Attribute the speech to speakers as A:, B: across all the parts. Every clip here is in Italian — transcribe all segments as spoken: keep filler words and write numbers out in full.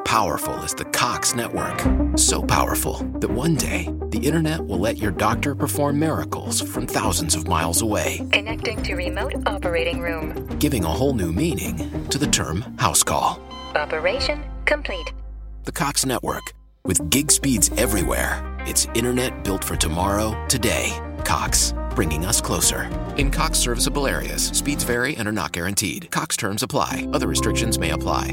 A: powerful is the Cox network. So powerful that one day, the internet will let your doctor perform miracles from thousands of miles away.
B: Connecting to remote operating room.
A: Giving a whole new meaning to the term house call.
B: Operation complete.
A: The Cox network. With gig speeds everywhere. It's internet built for tomorrow, today. Cox, bringing us closer. In Cox serviceable areas, speeds vary and are not guaranteed. Cox terms apply. Other restrictions may apply.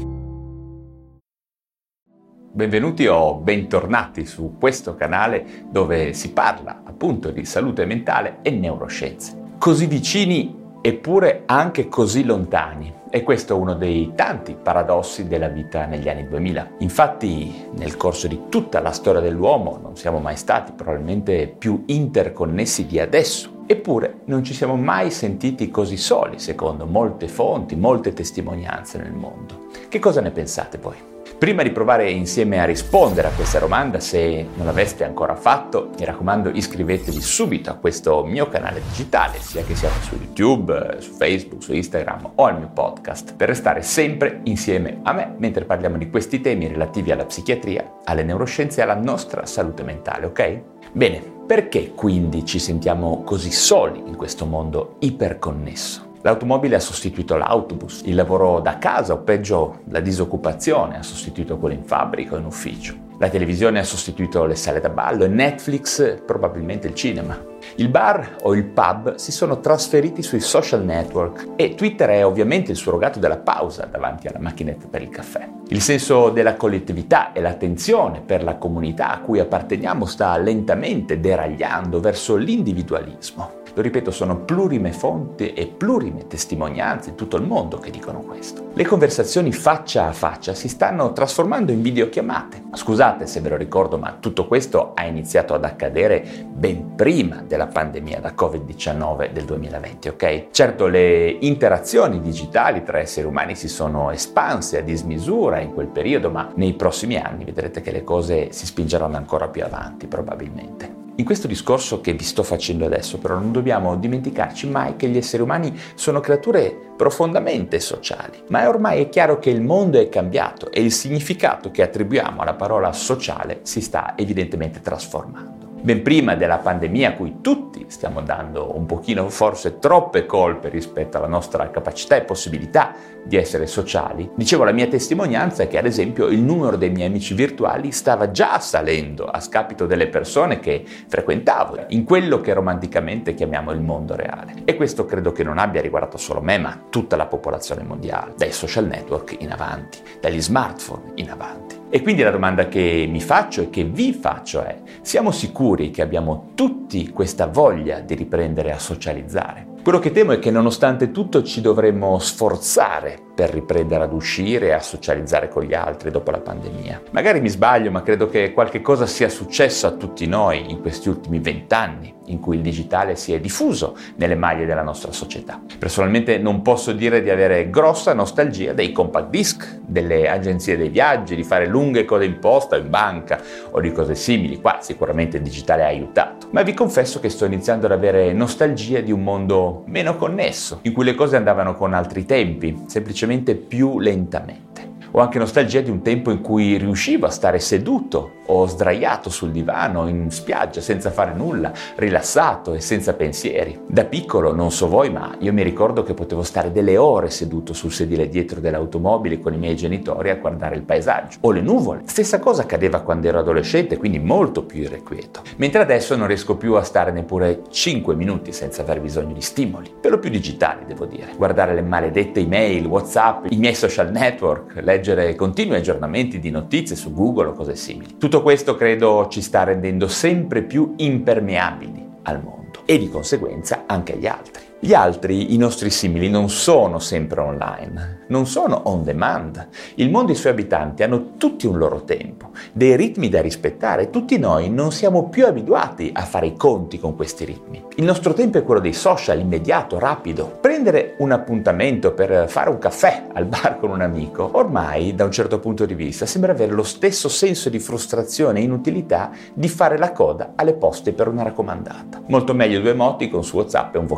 C: Benvenuti o bentornati su questo canale dove si parla appunto di salute mentale e neuroscienze. Così vicini eppure anche così lontani. E questo è uno dei tanti paradossi della vita negli anni duemila. Infatti, nel corso di tutta la storia dell'uomo non siamo mai stati probabilmente più interconnessi di adesso. Eppure non ci siamo mai sentiti così soli, secondo molte fonti, molte testimonianze nel mondo. Che cosa ne pensate voi? Prima di provare insieme a rispondere a questa domanda, se non l'aveste ancora fatto, mi raccomando iscrivetevi subito a questo mio canale digitale, sia che siate su YouTube, su Facebook, su Instagram o al mio podcast, per restare sempre insieme a me mentre parliamo di questi temi relativi alla psichiatria, alle neuroscienze e alla nostra salute mentale, ok? Bene, perché quindi ci sentiamo così soli in questo mondo iperconnesso? L'automobile ha sostituito l'autobus, il lavoro da casa o peggio la disoccupazione ha sostituito quello in fabbrica o in ufficio. La televisione ha sostituito le sale da ballo e Netflix probabilmente il cinema. Il bar o il pub si sono trasferiti sui social network e Twitter è ovviamente il surrogato della pausa davanti alla macchinetta per il caffè. Il senso della collettività e l'attenzione per la comunità a cui apparteniamo sta lentamente deragliando verso l'individualismo. Lo ripeto, sono plurime fonti e plurime testimonianze in tutto il mondo che dicono questo. Le conversazioni faccia a faccia si stanno trasformando in videochiamate. Scusate se ve lo ricordo, ma tutto questo ha iniziato ad accadere ben prima della pandemia da covid diciannove del duemilaventi, ok? Certo, le interazioni digitali tra esseri umani si sono espanse a dismisura in quel periodo, ma nei prossimi anni vedrete che le cose si spingeranno ancora più avanti, probabilmente. In questo discorso che vi sto facendo adesso, però, non dobbiamo dimenticarci mai che gli esseri umani sono creature profondamente sociali. Ma ormai è chiaro che il mondo è cambiato e il significato che attribuiamo alla parola sociale si sta evidentemente trasformando. Ben prima della pandemia, a cui tutti stiamo dando un pochino, forse troppe colpe rispetto alla nostra capacità e possibilità di essere sociali, dicevo, la mia testimonianza è che ad esempio il numero dei miei amici virtuali stava già salendo a scapito delle persone che frequentavo in quello che romanticamente chiamiamo il mondo reale. E questo credo che non abbia riguardato solo me, ma tutta la popolazione mondiale, dai social network in avanti, dagli smartphone in avanti. E quindi la domanda che mi faccio e che vi faccio è: siamo sicuri che abbiamo tutti questa voglia di riprendere a socializzare? Quello che temo è che nonostante tutto ci dovremmo sforzare per riprendere ad uscire e a socializzare con gli altri dopo la pandemia. Magari mi sbaglio, ma credo che qualche cosa sia successo a tutti noi in questi ultimi vent'anni, in cui il digitale si è diffuso nelle maglie della nostra società. Personalmente non posso dire di avere grossa nostalgia dei compact disc, delle agenzie dei viaggi, di fare lunghe code in posta o in banca o di cose simili. Qua sicuramente il digitale ha aiutato, ma vi confesso che sto iniziando ad avere nostalgia di un mondo meno connesso, in cui le cose andavano con altri tempi, semplicemente più lentamente. Ho anche nostalgia di un tempo in cui riuscivo a stare seduto o sdraiato sul divano in spiaggia senza fare nulla, rilassato e senza pensieri. Da piccolo, non so voi, ma io mi ricordo che potevo stare delle ore seduto sul sedile dietro dell'automobile con i miei genitori a guardare il paesaggio o le nuvole. Stessa cosa accadeva quando ero adolescente, quindi molto più irrequieto. Mentre adesso non riesco più a stare neppure cinque minuti senza aver bisogno di stimoli, per lo più digitali, devo dire. Guardare le maledette email, WhatsApp, i miei social network, leggere continui aggiornamenti di notizie su Google o cose simili. Tutto questo credo ci sta rendendo sempre più impermeabili al mondo e di conseguenza anche agli altri. Gli altri, i nostri simili, non sono sempre online, non sono on demand. Il mondo e i suoi abitanti hanno tutti un loro tempo, dei ritmi da rispettare e tutti noi non siamo più abituati a fare i conti con questi ritmi. Il nostro tempo è quello dei social, immediato, rapido. Prendere un appuntamento per fare un caffè al bar con un amico, ormai, da un certo punto di vista, sembra avere lo stesso senso di frustrazione e inutilità di fare la coda alle poste per una raccomandata. Molto meglio due emoticon su WhatsApp e un vocale, via.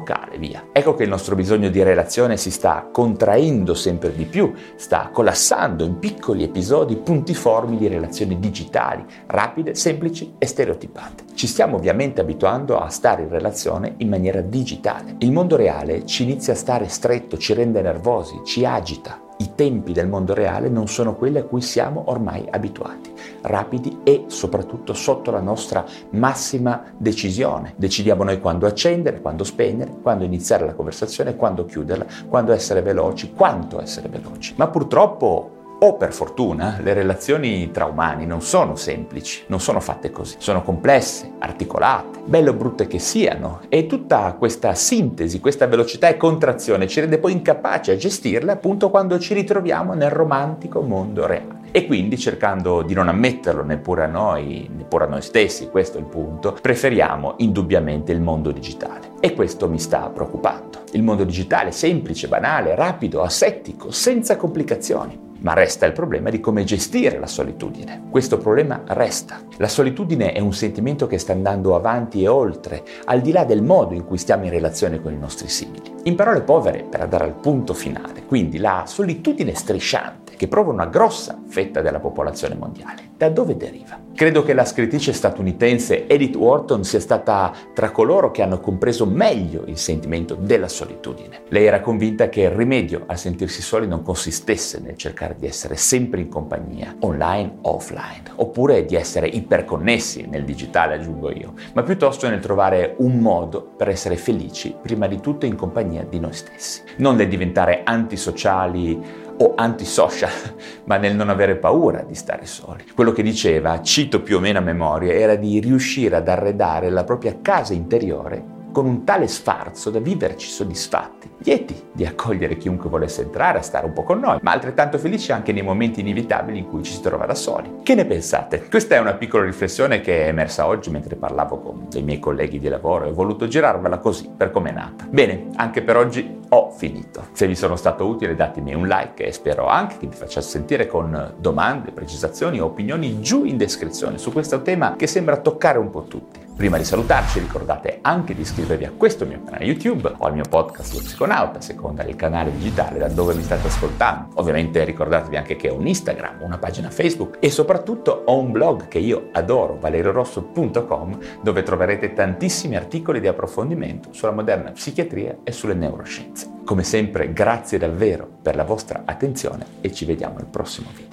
C: via. Ecco che il nostro bisogno di relazione si sta contraendo sempre di più, sta collassando in piccoli episodi puntiformi di relazioni digitali, rapide, semplici e stereotipate. Ci stiamo ovviamente abituando a stare in relazione in maniera digitale. Il mondo reale ci inizia a stare stretto, ci rende nervosi, ci agita. I tempi del mondo reale non sono quelli a cui siamo ormai abituati, rapidi e soprattutto sotto la nostra massima decisione. Decidiamo noi quando accendere, quando spegnere, quando iniziare la conversazione, quando chiuderla, quando essere veloci, quanto essere veloci. Ma purtroppo, o per fortuna, le relazioni tra umani non sono semplici, non sono fatte così. Sono complesse, articolate, belle o brutte che siano, e tutta questa sintesi, questa velocità e contrazione ci rende poi incapaci a gestirle appunto quando ci ritroviamo nel romantico mondo reale. E quindi, cercando di non ammetterlo neppure a noi, neppure a noi stessi, questo è il punto, preferiamo indubbiamente il mondo digitale. E questo mi sta preoccupando. Il mondo digitale semplice, banale, rapido, asettico, senza complicazioni. Ma resta il problema di come gestire la solitudine. Questo problema resta. La solitudine è un sentimento che sta andando avanti e oltre, al di là del modo in cui stiamo in relazione con i nostri simili. In parole povere, per andare al punto finale, quindi la solitudine strisciante che prova una grossa fetta della popolazione mondiale. Da dove deriva? Credo che la scrittrice statunitense Edith Wharton sia stata tra coloro che hanno compreso meglio il sentimento della solitudine. Lei era convinta che il rimedio a sentirsi soli non consistesse nel cercare di essere sempre in compagnia, online o offline, oppure di essere iperconnessi nel digitale, aggiungo io, ma piuttosto nel trovare un modo per essere felici, prima di tutto in compagnia di noi stessi. Non nel diventare antisociali o antisocial, ma nel non avere paura di stare soli. Quello che diceva, cito più o meno a memoria, era di riuscire ad arredare la propria casa interiore con un tale sfarzo da viverci soddisfatti, lieti di accogliere chiunque volesse entrare a stare un po' con noi, ma altrettanto felici anche nei momenti inevitabili in cui ci si trova da soli. Che ne pensate? Questa è una piccola riflessione che è emersa oggi mentre parlavo con dei miei colleghi di lavoro e ho voluto girarvela così, per com'è nata. Bene, anche per oggi ho finito. Se vi sono stato utile datemi un like e spero anche che vi faccia sentire con domande, precisazioni o opinioni giù in descrizione su questo tema che sembra toccare un po' tutti. Prima di salutarci ricordate anche di iscrivervi a questo mio canale YouTube o al mio podcast Lo Psiconauta, a seconda del canale digitale da dove mi state ascoltando. Ovviamente ricordatevi anche che ho un Instagram, una pagina Facebook e soprattutto ho un blog che io adoro, valerio rosso punto com, dove troverete tantissimi articoli di approfondimento sulla moderna psichiatria e sulle neuroscienze. Come sempre, grazie davvero per la vostra attenzione e ci vediamo al prossimo video.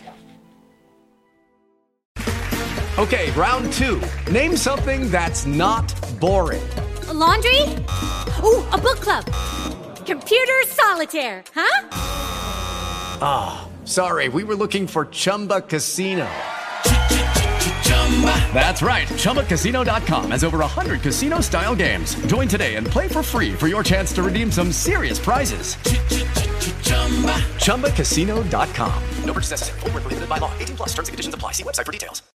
D: Okay, round two. Name something that's not boring.
E: A laundry? Ooh, a book club. Computer solitaire, huh?
D: Ah, oh, sorry, we were looking for Chumba Casino. That's right, Chumba Casino dot com has over one hundred casino-style games. Join today and play for free for your chance to redeem some serious prizes. Chumba Casino dot com. No purchase necessary. Void where prohibited by law. eighteen plus terms and conditions apply. See website for details.